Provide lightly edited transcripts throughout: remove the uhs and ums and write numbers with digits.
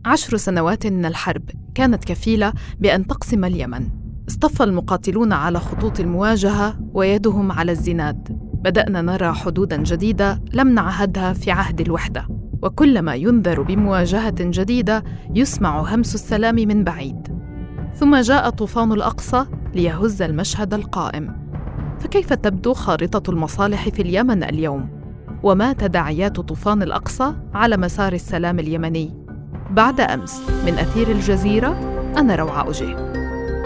10 سنوات من الحرب كانت كفيلة بأن تقسم اليمن. اصطف المقاتلون على خطوط المواجهة ويدهم على الزناد. بدأنا نرى حدوداً جديدة لم نعهدها في عهد الوحدة، وكلما ينذر بمواجهة جديدة يسمع همس السلام من بعيد. ثم جاء طوفان الأقصى ليهز المشهد القائم. فكيف تبدو خارطة المصالح في اليمن اليوم؟ وما تداعيات طوفان الأقصى على مسار السلام اليمني؟ بعد أمس من أثير الجزيرة، أنا روعة أجيه.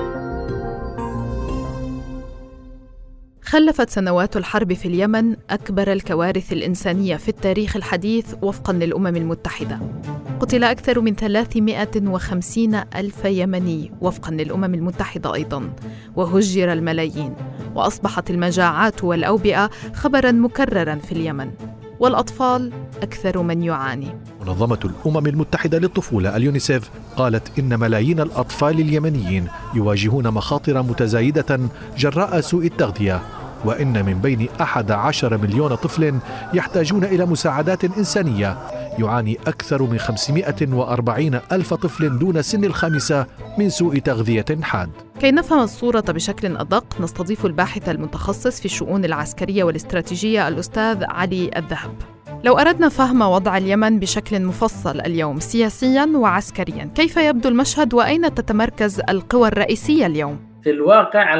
خلفت سنوات الحرب في اليمن أكبر الكوارث الإنسانية في التاريخ الحديث وفقاً للأمم المتحدة. قتل أكثر من 350 ألف يمني وفقاً للأمم المتحدة أيضاً، وهجر الملايين، وأصبحت المجاعات والأوبئة خبراً مكرراً في اليمن، والأطفال أكثر من يعاني. منظمة الأمم المتحدة للطفولة اليونيسيف قالت إن ملايين الأطفال اليمنيين يواجهون مخاطر متزايدة جراء سوء التغذية، وإن من بين 11 مليون طفل يحتاجون إلى مساعدات إنسانية. يعاني أكثر من 540 ألف طفل دون سن الخامسة من سوء تغذية حاد. كي نفهم الصورة بشكل أدق نستضيف الباحث المتخصص في الشؤون العسكرية والاستراتيجية الأستاذ علي الذهب. لو أردنا فهم وضع اليمن بشكل مفصل اليوم سياسياً وعسكرياً، كيف يبدو المشهد وأين تتمركز القوى الرئيسية اليوم؟ في الواقع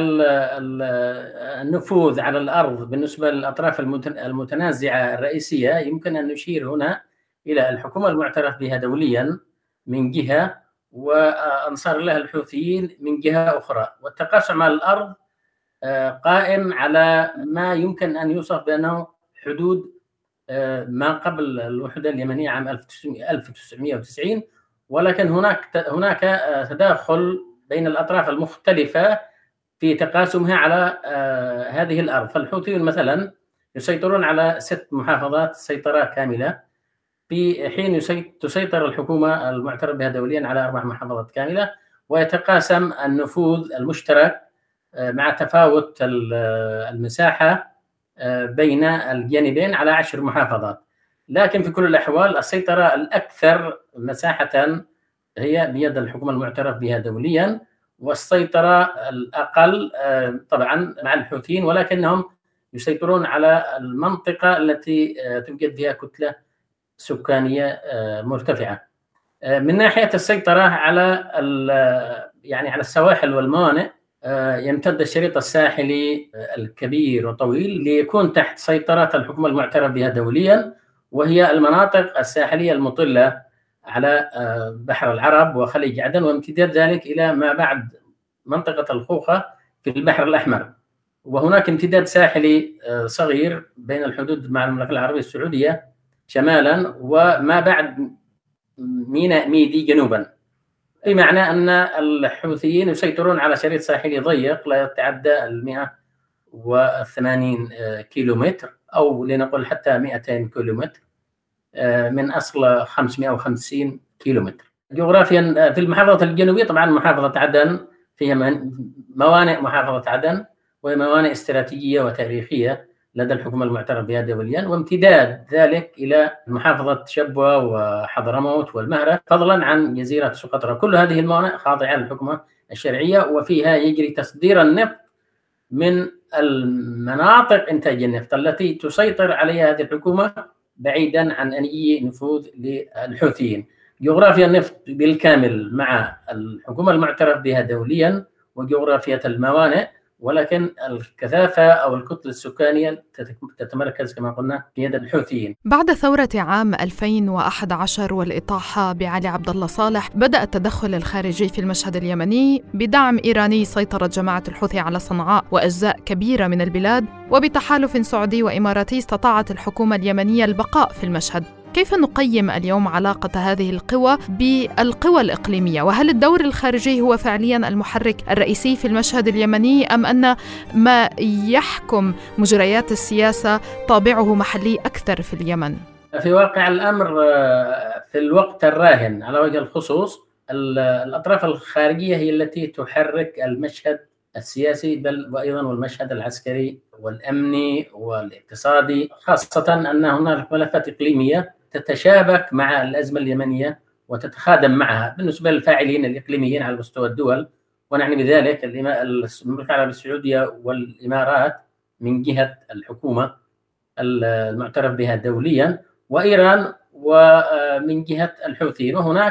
النفوذ على الأرض بالنسبة للأطراف المتنازعة الرئيسية يمكن أن نشير هنا إلى الحكومة المعترف بها دولياً من جهة، وأنصار الله الحوثيين من جهة أخرى. والتقاسم على الأرض قائم على ما يمكن أن يوصف بأنه حدود ما قبل الوحدة اليمنية عام 1990، ولكن هناك تداخل بين الأطراف المختلفة في تقاسمها على هذه الأرض. فالحوثيون مثلا يسيطرون على 6 محافظات سيطرة كاملة، في حين تسيطر الحكومة المعترف بها دوليا على 4 محافظات كاملة، ويتقاسم النفوذ المشترك مع تفاوت المساحة بين الجانبين على 10 محافظات. لكن في كل الأحوال السيطرة الأكثر مساحة هي بيد الحكومة المعترف بها دوليا، والسيطرة الأقل طبعا مع الحوثيين، ولكنهم يسيطرون على المنطقة التي توجد فيها كتلة سكانية مرتفعة. من ناحية السيطرة على على السواحل والموانئ، يمتد الشريط الساحلي الكبير وطويل ليكون تحت سيطرة الحكومة المعترف بها دوليا، وهي المناطق الساحلية المطلة على بحر العرب وخليج عدن، وامتداد ذلك إلى ما بعد منطقة الخوخة في البحر الأحمر. وهناك امتداد ساحلي صغير بين الحدود مع المملكة العربية السعودية شمالا وما بعد ميناء ميدي جنوبا، بمعنى أن الحوثيين يسيطرون على شريط ساحلي ضيق لا يتعدى 180 كيلومتر، أو لنقل حتى 200 كيلومتر من أصل 550 كيلومتر. جغرافيا في المحافظة الجنوبية طبعا محافظة عدن فيها موانئ محافظة عدن، وهي موانئ استراتيجية وتاريخية لدى الحكومة المعترف بها دوليا، وامتداد ذلك إلى محافظة شبوة وحضرموت والمهرة، فضلا عن جزيرة سقطرى. كل هذه الموانئ خاضعة للحكومة الشرعية، وفيها يجري تصدير النفط من المناطق إنتاج النفط التي تسيطر عليها هذه الحكومة بعيدا عن أي نفوذ للحوثيين. جغرافيا النفط بالكامل مع الحكومة المعترف بها دوليا وجغرافيا الموانئ، ولكن الكثافة أو الكتلة السكانية تتمركز كما قلنا في يد الحوثيين. بعد ثورة عام 2011 والإطاحة بعلي عبد الله صالح، بدأ التدخل الخارجي في المشهد اليمني بدعم إيراني. سيطرت جماعة الحوثي على صنعاء وأجزاء كبيرة من البلاد، وبتحالف سعودي وإماراتي استطاعت الحكومة اليمنية البقاء في المشهد. كيف نقيم اليوم علاقة هذه القوى بالقوى الإقليمية؟ وهل الدور الخارجي هو فعلياً المحرك الرئيسي في المشهد اليمني، أم أن ما يحكم مجريات السياسة طابعه محلي أكثر في اليمن؟ في واقع الأمر في الوقت الراهن على وجه الخصوص الأطراف الخارجية هي التي تحرك المشهد السياسي، بل وأيضاً والمشهد العسكري والأمني والاقتصادي، خاصة أن هناك ملفات إقليمية تتشابك مع الأزمة اليمنية وتتخادم معها. بالنسبة للفاعلين الإقليميين على مستوى الدول، ونعني بذلك المملكة العربية السعودية والإمارات من جهة الحكومة المعترف بها دوليا، وإيران ومن جهة الحوثيين. وهناك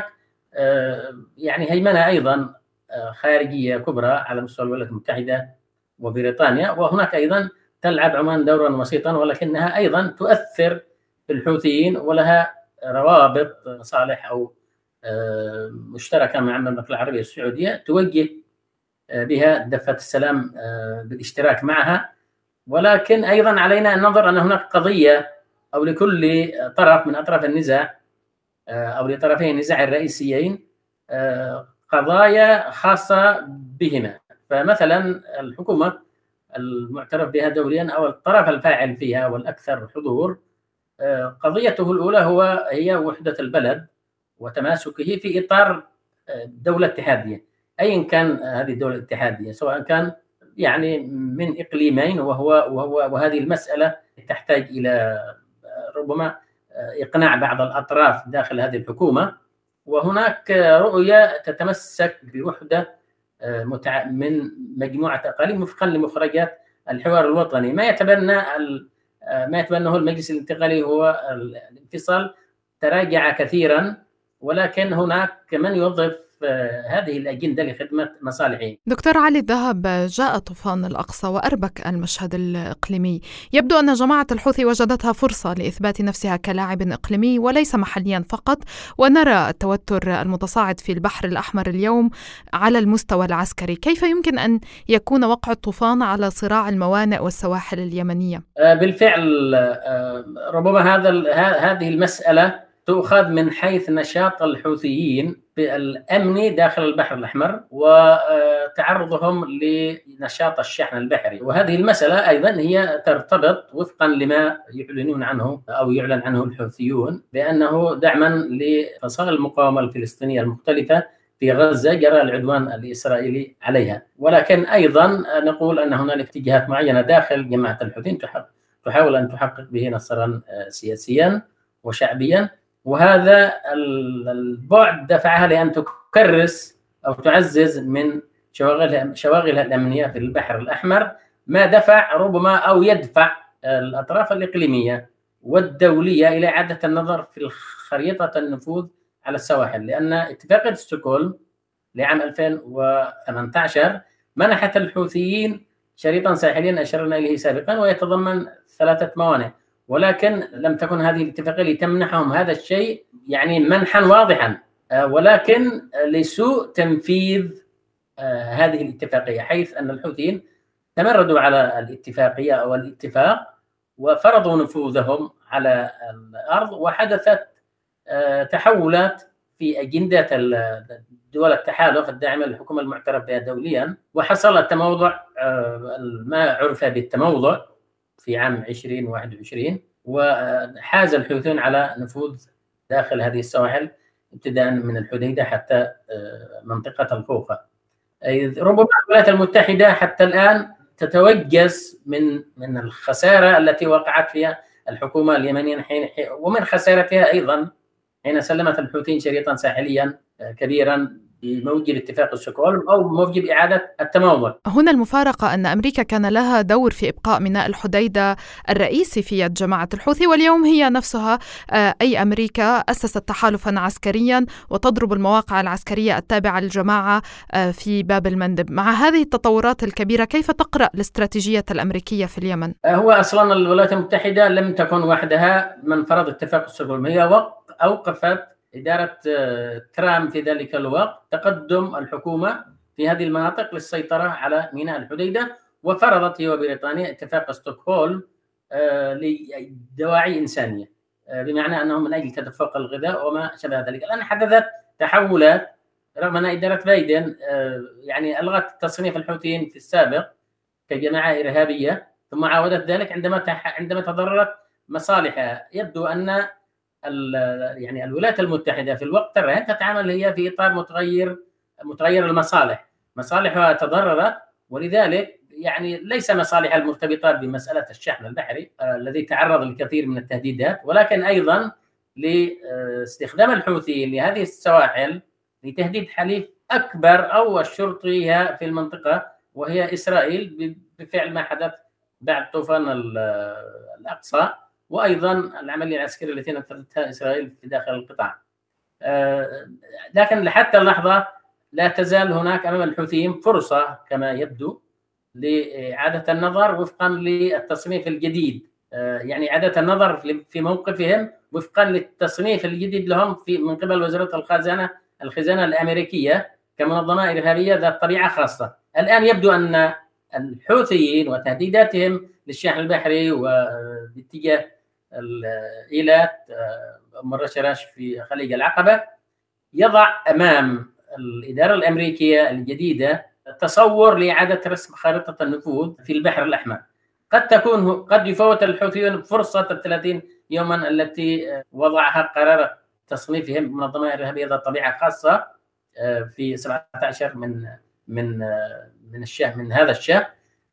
يعني هيمنة أيضا خارجية كبرى على مستوى الولايات المتحدة وبريطانيا، وهناك أيضا تلعب عمان دورا وسيطا، ولكنها أيضا تؤثر في الحوثيين ولها روابط مصالح أو مشتركة مع المملكة العربية السعودية توجه بها دفة السلام بالاشتراك معها. ولكن أيضا علينا أن ننظر أن هناك قضية، أو لكل طرف من أطراف النزاع أو لطرفي النزاع الرئيسيين قضايا خاصة بهما. فمثلا الحكومة المعترف بها دوليا أو الطرف الفاعل فيها والأكثر حضور، قضيته الأولى هي وحدة البلد وتماسكه في إطار دولة اتحادية، أيا كان هذه الدولة الاتحادية، سواء كان يعني من إقليمين، وهذه المسألة تحتاج إلى ربما إقناع بعض الأطراف داخل هذه الحكومة. وهناك رؤية تتمسك بوحدة من مجموعة أقاليم وفقا لمخرجات الحوار الوطني. ما يتبناه المجلس الانتقالي هو الانفصال تراجع كثيرا، ولكن هناك من يوظف هذه الأجندة لخدمة مصالحه. دكتور علي الذهب، جاء طوفان الأقصى وأربك المشهد الإقليمي. يبدو أن جماعة الحوثي وجدتها فرصة لإثبات نفسها كلاعب إقليمي وليس محليا فقط، ونرى التوتر المتصاعد في البحر الأحمر اليوم على المستوى العسكري. كيف يمكن أن يكون وقع الطوفان على صراع الموانئ والسواحل اليمنية؟ بالفعل ربما هذه المسألة تؤخذ من حيث نشاط الحوثيين بالأمن داخل البحر الأحمر وتعرضهم لنشاط الشحن البحري. وهذه المسألة أيضا هي ترتبط وفقا لما يعلنون عنه أو يعلن عنه الحوثيون بأنه دعما لفصائل المقاومة الفلسطينية المختلفة في غزة جرى العدوان الإسرائيلي عليها. ولكن أيضا نقول أن هنالك اتجاهات معينة داخل جماعة الحوثيين تحاول أن تحقق به نصرا سياسيا وشعبيا، وهذا البعد دفعها لأن تكرس أو تعزز من شواغلها الأمنية في البحر الأحمر، ما دفع ربما أو يدفع الأطراف الإقليمية والدولية إلى إعادة النظر في خريطة النفوذ على السواحل. لأن اتفاقية ستوكهولم لعام 2018 منحت الحوثيين شريطا ساحليا أشرنا إليه سابقا ويتضمن 3 موانئ، ولكن لم تكن هذه الاتفاقية لتمنحهم هذا الشيء يعني منحا واضحا، ولكن لسوء تنفيذ هذه الاتفاقية، حيث أن الحوثيين تمردوا على الاتفاقية أو الاتفاق وفرضوا نفوذهم على الأرض، وحدثت تحولات في أجندة دول التحالف الداعمة للحكومة المعترف بها دوليا، وحصل التموضع ما عرف بالتموضع في عام 2021، وحاز الحوثيون على نفوذ داخل هذه السواحل ابتداء من الحديدة حتى منطقة الخوخة. ربما الولايات المتحدة حتى الآن تتوجس من الخسارة التي وقعت فيها الحكومة اليمنية ومن خسارتها أيضا حين سلمت الحوثيين شريطا ساحليا كبيرا بموجب اتفاق ستوكهولم أو بموجب إعادة التموضع. هنا المفارقة أن أمريكا كان لها دور في إبقاء ميناء الحديدة الرئيسي في يد جماعة الحوثي، واليوم هي نفسها أي أمريكا أسست تحالفا عسكريا وتضرب المواقع العسكرية التابعة للجماعة في باب المندب. مع هذه التطورات الكبيرة كيف تقرأ الاستراتيجية الأمريكية في اليمن؟ هو أصلا الولايات المتحدة لم تكن وحدها من فرض اتفاق ستوكهولم، هي أوقفت إدارة ترامب في ذلك الوقت تقدم الحكومة في هذه المناطق للسيطرة على ميناء الحديدة، وفرضت هي وبريطانيا اتفاق ستوكهولم لدواعي إنسانية، بمعنى أنه من أجل تدفق الغذاء وما شابه ذلك. الآن حدثت تحولات رغم أن إدارة بايدن يعني ألغت تصنيف الحوثيين في السابق كجماعة إرهابية، ثم عاودت ذلك عندما تضررت مصالحها. يبدو أن يعني الولايات المتحدة في الوقت الراهن تتعامل هي في إطار متغير المصالح، مصالحها تضررت، ولذلك يعني ليس مصالح المرتبطة بمسألة الشحن البحري الذي تعرض للكثير من التهديدات، ولكن أيضا لاستخدام الحوثيين لهذه السواحل لتهديد حليف أكبر أو الشرطي في المنطقة وهي إسرائيل، بفعل ما حدث بعد طوفان الأقصى، وأيضا العملية العسكرية التي نفذتها إسرائيل في داخل القطاع. لكن حتى اللحظة لا تزال هناك أمام الحوثيين فرصة كما يبدو لإعادة النظر وفقا للتصنيف الجديد، يعني إعادة النظر في موقفهم وفقا للتصنيف الجديد لهم من قبل وزارة الخزانة الأمريكية كمنظمة إرهابية ذات طبيعة خاصة. الآن يبدو أن الحوثيين وتهديداتهم للشاحن البحري وباتجاه الإيلات مرشراش في خليج العقبة يضع أمام الإدارة الأمريكية الجديدة تصور لإعادة رسم خارطة النفوذ في البحر الأحمر. قد يفوت الحوثيون فرصة 30 يوما التي وضعها قرار تصنيفهم منظمة إرهابية ذات طبيعة خاصة في 17 من هذا الشهر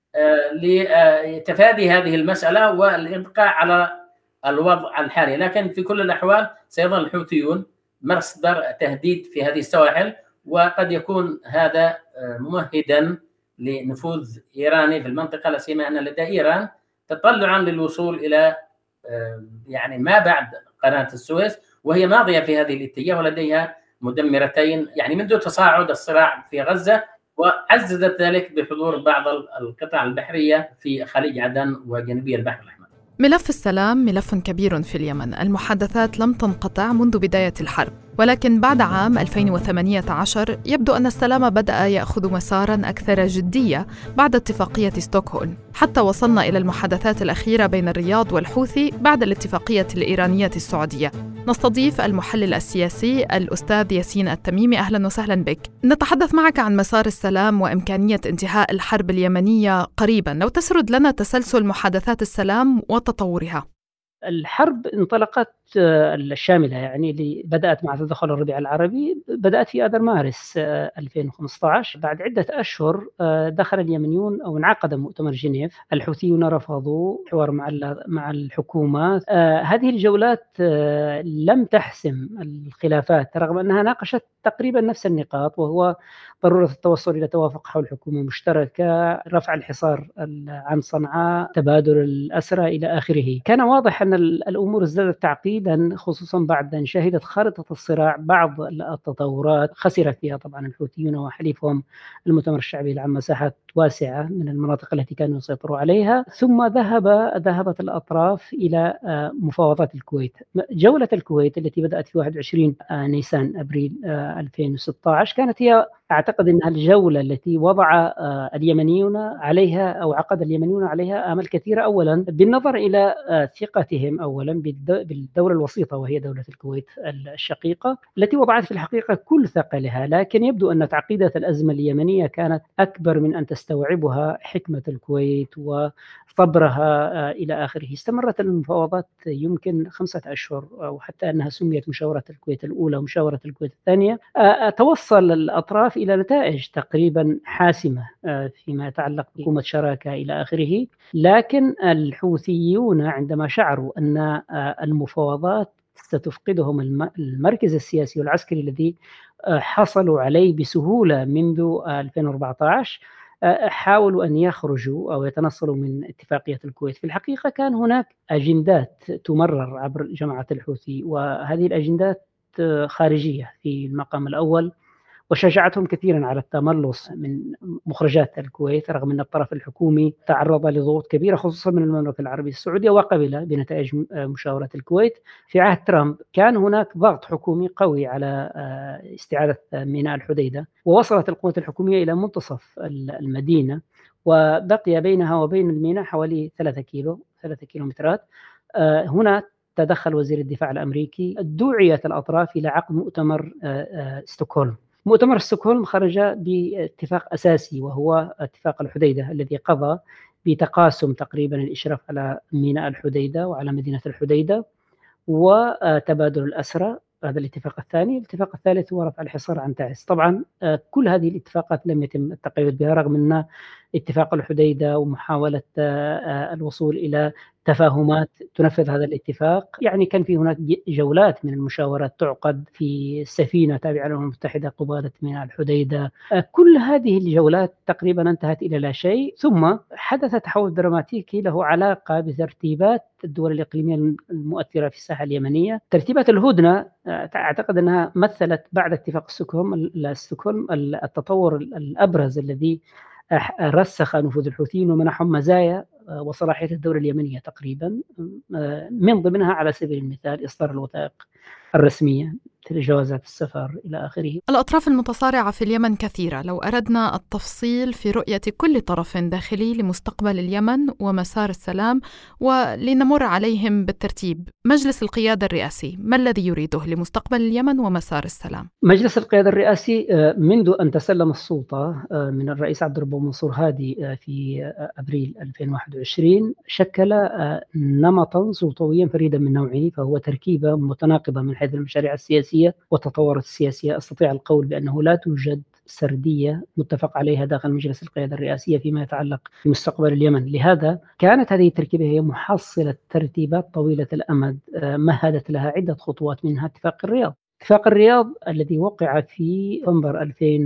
لتفادي هذه المسألة والإبقاء على الوضع الحالي. لكن في كل الأحوال سيظل الحوثيون مصدر تهديد في هذه السواحل، وقد يكون هذا ممهدا لنفوذ إيراني في المنطقة، لا سيما أن لدى إيران تطلعا للوصول إلى يعني ما بعد قناة السويس، وهي ماضية في هذه الاتجاه ولديها مدمرتين يعني منذ تصاعد الصراع في غزة، وعززت ذلك بحضور بعض القطع البحرية في خليج عدن وجنوبي البحر الأحمر. ملف السلام ملف كبير في اليمن. المحادثات لم تنقطع منذ بداية الحرب، ولكن بعد عام 2018 يبدو أن السلام بدأ يأخذ مساراً أكثر جدية بعد اتفاقية ستوكهولم، حتى وصلنا إلى المحادثات الأخيرة بين الرياض والحوثي بعد الاتفاقية الإيرانية السعودية. نستضيف المحلل السياسي الأستاذ ياسين التميمي. أهلاً وسهلاً بك. نتحدث معك عن مسار السلام وإمكانية انتهاء الحرب اليمنية قريباً. لو تسرد لنا تسلسل محادثات السلام وتطورها. الحرب انطلقت الشاملة يعني اللي بدأت مع تدخل الربيع العربي، بدأت في آذار مارس 2015. بعد عدة أشهر دخل اليمنيون أو انعقد مؤتمر جنيف. الحوثيون رفضوا حوار مع الحكومة. هذه الجولات لم تحسم الخلافات رغم أنها ناقشت تقريبا نفس النقاط، وهو ضرورة التوصل إلى توافق حول حكومة مشتركة، رفع الحصار عن صنعاء، تبادل الأسرى إلى آخره. كان واضح أن الأمور ازدادت تعقيدا، خصوصا بعد أن شهدت خارطة الصراع بعض التطورات خسرت فيها طبعا الحوثيون وحليفهم المؤتمر الشعبي العام مساحات واسعة من المناطق التي كانوا يسيطروا عليها. ثم ذهبت الأطراف إلى مفاوضات الكويت. جولة الكويت التي بدأت في 21 نيسان أبريل 2016 كانت هي أعتقد أنها الجولة التي وضع اليمنيون عليها أو عقد اليمنيون عليها آمال كثيرة، أولا بالنظر إلى ثقتهم أولا بالدولة الوسيطة وهي دولة الكويت الشقيقة التي وضعت في الحقيقة كل ثقلها، لكن يبدو أن تعقيدات الأزمة اليمنية كانت أكبر من أن تستوعبها حكمة الكويت وصبرها إلى آخره. استمرت المفاوضات يمكن 5 أشهر، أو حتى أنها سميت مشاورة الكويت الأولى ومشاورة الكويت الثانية. توصل الأطراف إلى نتائج تقريبا حاسمة فيما يتعلق بحكومة شراكة إلى آخره، لكن الحوثيون عندما شعروا أن المفاوضات ستفقدهم المركز السياسي والعسكري الذي حصلوا عليه بسهولة منذ 2014 حاولوا أن يخرجوا أو يتنصلوا من اتفاقية الكويت. في الحقيقة كان هناك أجندات تمرر عبر جماعة الحوثي، وهذه الأجندات خارجية في المقام الأول، وشجعتهم كثيرا على التملص من مخرجات الكويت رغم أن الطرف الحكومي تعرض لضغوط كبيرة خصوصا من المملكة العربية السعودية وقبل بنتائج مشاورة الكويت. في عهد ترامب كان هناك ضغط حكومي قوي على استعادة ميناء الحديدة، ووصلت القوات الحكومية إلى منتصف المدينة وبقي بينها وبين الميناء حوالي 3 كيلومترات. هنا تدخل وزير الدفاع الأمريكي، دعيت الأطراف إلى عقد مؤتمر ستوكهولم. مؤتمر ستوكهولم خرج باتفاق أساسي وهو اتفاق الحديدة الذي قضى بتقاسم تقريبا الإشراف على ميناء الحديدة وعلى مدينة الحديدة وتبادل الأسرى. هذا الاتفاق الثاني. الاتفاق الثالث هو رفع الحصار عن تعز. طبعا كل هذه الاتفاقات لم يتم التقيد بها رغم أن اتفاق الحديدة ومحاولة الوصول إلى تفاهمات تنفذ هذا الاتفاق. يعني كان في هناك جولات من المشاورات تعقد في سفينة تابعة للأمم المتحدة قبالة ميناء الحديدة. كل هذه الجولات تقريبا انتهت إلى لا شيء، ثم حدث تحول دراماتيكي له علاقة بترتيبات الدول الإقليمية المؤثرة في الساحة اليمنية. ترتيبات الهدنة أعتقد أنها مثلت بعد اتفاق ستوكهولم التطور الأبرز الذي رسخ نفوذ الحوثيين ومنحهم مزايا وصلاحية الدولة اليمنية تقريبا، من ضمنها على سبيل المثال إصدار الوثائق الرسمية مثل جوازات السفر إلى آخره. الأطراف المتصارعة في اليمن كثيرة. لو أردنا التفصيل في رؤية كل طرف داخلي لمستقبل اليمن ومسار السلام ولنمر عليهم بالترتيب، مجلس القيادة الرئاسي ما الذي يريده لمستقبل اليمن ومسار السلام؟ مجلس القيادة الرئاسي منذ أن تسلم السلطة من الرئيس عبد الرب منصور هادي في أبريل 2021 شكل نمطا سلطويا فريدا من نوعه، فهو تركيبة متناقضة من حيث المشاريع السياسية والتطورات السياسية. أستطيع القول بأنه لا توجد سردية متفق عليها داخل مجلس القيادة الرئاسية فيما يتعلق بمستقبل اليمن. لهذا كانت هذه التركيبة هي محصلة ترتيبات طويلة الأمد مهدت لها عدة خطوات، منها اتفاق الرياض. اتفاق الرياض الذي وقع في نوفمبر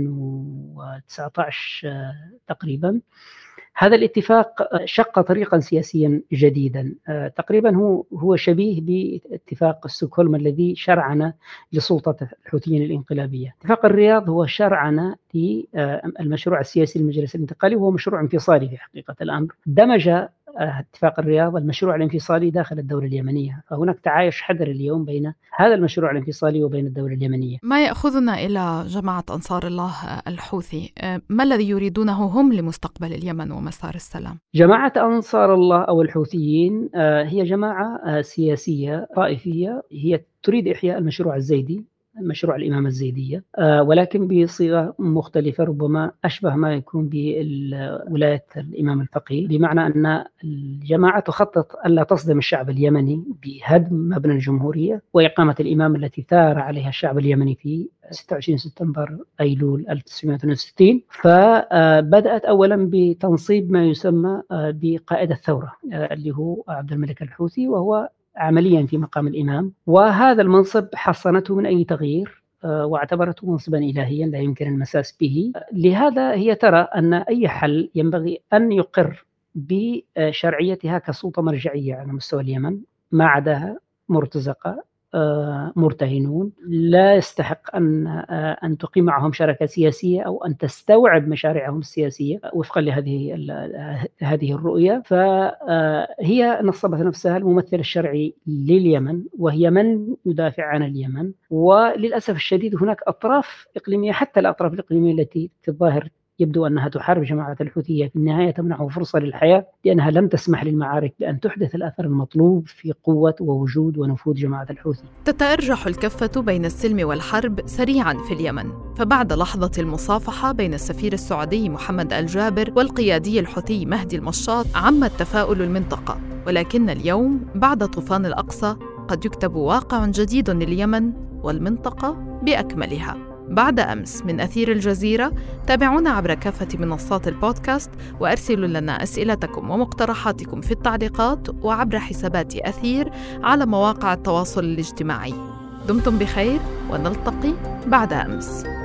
2019 تقريبا. هذا الاتفاق شق طريقا سياسيا جديدا، تقريبا هو شبيه باتفاق ستوكهولم الذي شرعنا لسلطة الحوثيين الانقلابية. اتفاق الرياض هو شرعنا للمشروع السياسي للمجلس الانتقالي، وهو مشروع انفصالي في حقيقة الأمر. دمج اتفاق الرياض المشروع الانفصالي داخل الدولة اليمنية، فهناك تعايش حذر اليوم بين هذا المشروع الانفصالي وبين الدولة اليمنية. ما يأخذنا إلى جماعة أنصار الله الحوثي، ما الذي يريدونه هم لمستقبل اليمن ومسار السلام؟ جماعة أنصار الله أو الحوثيين هي جماعة سياسية طائفية، هي تريد إحياء المشروع الزيدي، مشروع الإمامة الزيدية، ولكن بصيغة مختلفة، ربما أشبه ما يكون بولاية الإمام الفقيه، بمعنى أن الجماعة تخطط ألا تصدم الشعب اليمني بهدم مبنى الجمهورية وإقامة الإمامة التي ثار عليها الشعب اليمني في 26 سبتمبر أيلول 1962. فبدأت أولا بتنصيب ما يسمى بقائد الثورة اللي هو عبد الملك الحوثي، وهو عمليا في مقام الإمام، وهذا المنصب حصنته من أي تغيير واعتبرته منصبا إلهيا لا يمكن المساس به. لهذا هي ترى أن أي حل ينبغي أن يقر بشرعيتها كسلطة مرجعية على مستوى اليمن، ما عداها مرتزقة مرتهنون لا يستحق أن تقيم معهم شراكة سياسية أو أن تستوعب مشاريعهم السياسية وفقا لهذه الرؤية. فهي نصبت نفسها الممثل الشرعي لليمن، وهي من يدافع عن اليمن. وللأسف الشديد هناك أطراف إقليمية، حتى الأطراف الإقليمية التي في الظاهر يبدو أنها تحارب جماعة الحوثية، في النهاية تمنحه فرصة للحياة، لأنها لم تسمح للمعارك بأن تحدث الأثر المطلوب في قوة ووجود ونفوذ جماعة الحوثي. تتأرجح الكفة بين السلم والحرب سريعاً في اليمن، فبعد لحظة المصافحة بين السفير السعودي محمد الجابر والقيادي الحوثي مهدي المشاط عم التفاؤل المنطقة. ولكن اليوم بعد طوفان الأقصى قد يكتب واقع جديد لليمن والمنطقة بأكملها. بعد أمس من أثير الجزيرة، تابعونا عبر كافة منصات البودكاست، وأرسلوا لنا أسئلتكم ومقترحاتكم في التعليقات وعبر حسابات أثير على مواقع التواصل الاجتماعي. دمتم بخير ونلتقي بعد أمس.